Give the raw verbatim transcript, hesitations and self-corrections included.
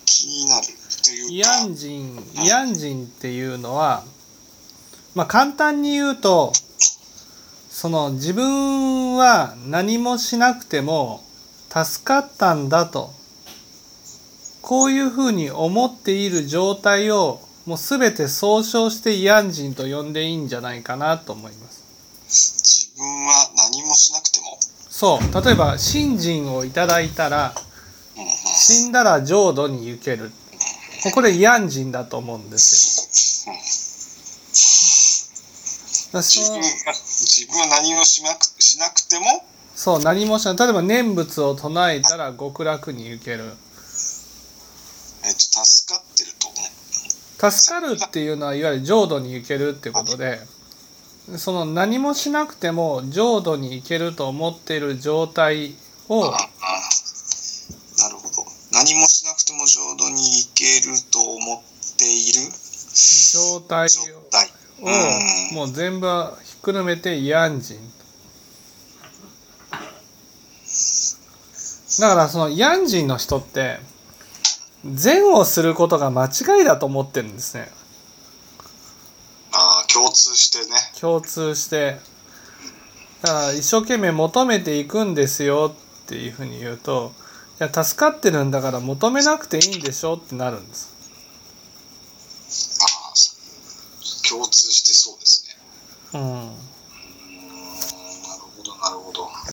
気になるというか、 慰安人慰安人っていうのは、まあ簡単に言うと、その自分は何もしなくても助かったんだと、こういうふうに思っている状態をもう全て総称して慰安人と呼んでいいんじゃないかなと思います。 自分は何もしなくても、 そう、例えば信心をいただいたら、 うんうん、 死んだら浄土に行ける、これ慰安人だと思うんですよ。 うん、自分が自分は何もしなく、しなくても、 そう、何もしない。例えば念仏を唱えたら極楽に行ける。 えっと、助かってると思う。 助かるっていうのはいわゆる浄土に行けるってことで、その何もしなくても浄土に行けると思っている状態を、 ああ、なるほど。何もしなくても浄土に行けると思っている状態を、をもう全部ひっくるめて慰安人。だからその慰安人の人って善をすることが間違いだと思ってるんですね。 ああ、共通してね。 共通して。だから一生懸命求めていくんですよっていうふうに言うと、いや助かってるんだから求めなくていいんでしょってなるんです。 ああ、共通してそうですね。 うん。